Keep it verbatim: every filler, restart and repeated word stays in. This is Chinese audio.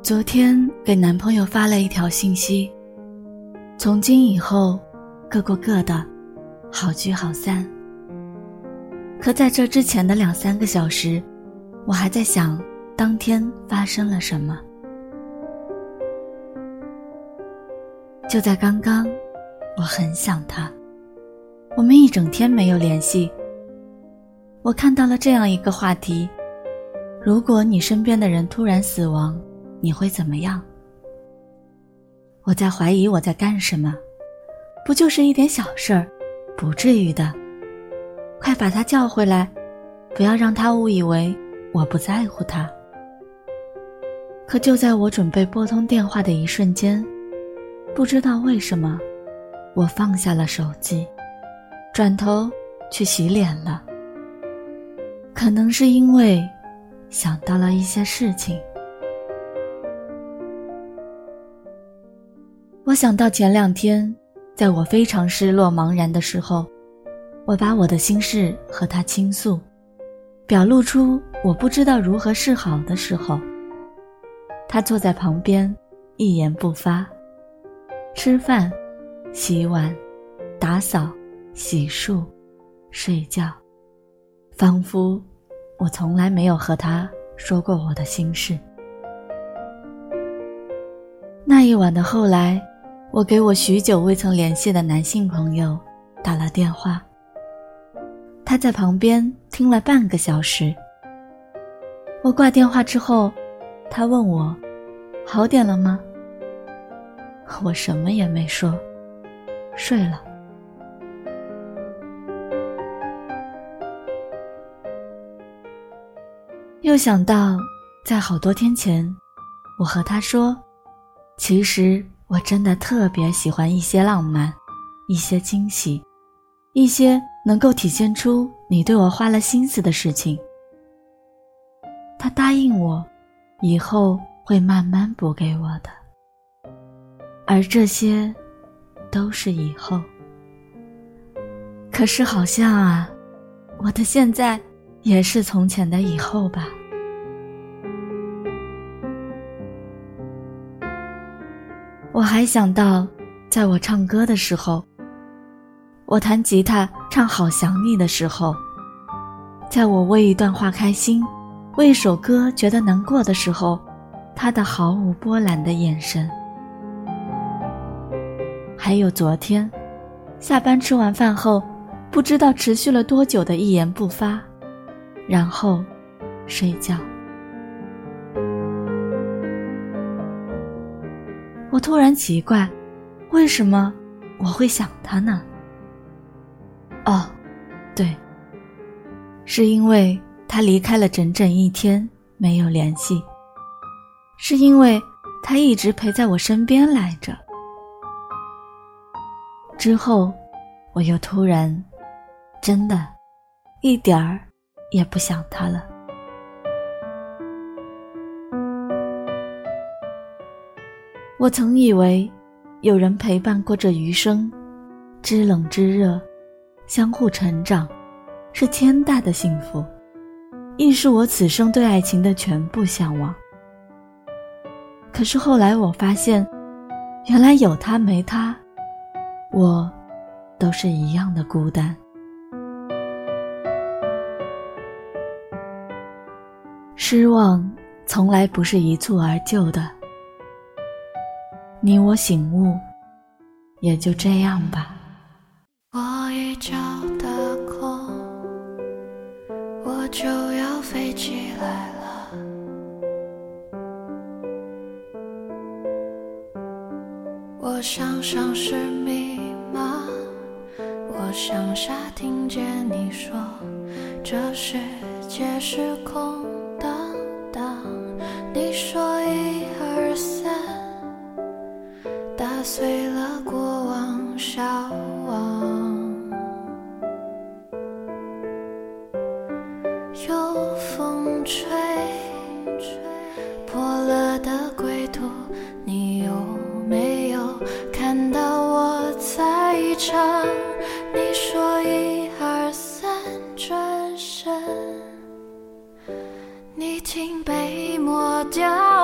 昨天给男朋友发了一条信息，从今以后各过各的，好聚好散。可在这之前的两三个小时，我还在想当天发生了什么。就在刚刚，我很想他，我们一整天没有联系。我看到了这样一个话题：如果你身边的人突然死亡，你会怎么样？我在怀疑我在干什么，不就是一点小事儿，不至于的。快把他叫回来，不要让他误以为我不在乎他。可就在我准备拨通电话的一瞬间，不知道为什么，我放下了手机，转头去洗脸了。可能是因为想到了一些事情。我想到前两天，在我非常失落茫然的时候，我把我的心事和他倾诉，表露出我不知道如何是好的时候，他坐在旁边一言不发，吃饭、洗碗、打扫、洗漱、睡觉，仿佛我从来没有和他说过我的心事。那一晚的后来，我给我许久未曾联系的男性朋友打了电话，他在旁边听了半个小时。我挂电话之后，他问我好点了吗？我什么也没说，睡了。又想到在好多天前，我和他说，其实我真的特别喜欢一些浪漫，一些惊喜，一些能够体现出你对我花了心思的事情。他答应我以后会慢慢补给我的，而这些都是以后。可是好像啊，我的现在也是从前的以后吧。我还想到，在我唱歌的时候，我弹吉他唱好想你的时候，在我为一段话开心，为一首歌觉得难过的时候，他的毫无波澜的眼神。还有昨天，下班吃完饭后，不知道持续了多久的一言不发，然后睡觉。我突然奇怪，为什么我会想他呢？哦，对，是因为他离开了整整一天没有联系，是因为他一直陪在我身边来着。之后我又突然真的一点儿也不想他了。我曾以为有人陪伴过这余生，知冷知热，相互成长，是天大的幸福，亦是我此生对爱情的全部向往。可是后来我发现，原来有他没他，我都是一样的孤单。失望从来不是一蹴而就的，你我醒悟，也就这样吧。 我一觉打空，我就要飞起来了。我想像是密码，我想下听见你说，这世界是空荡荡。你说一二三，打碎了过往消亡，有风吹破了的归途，你有没有看到我在场？你说一二三转身，你听被抹掉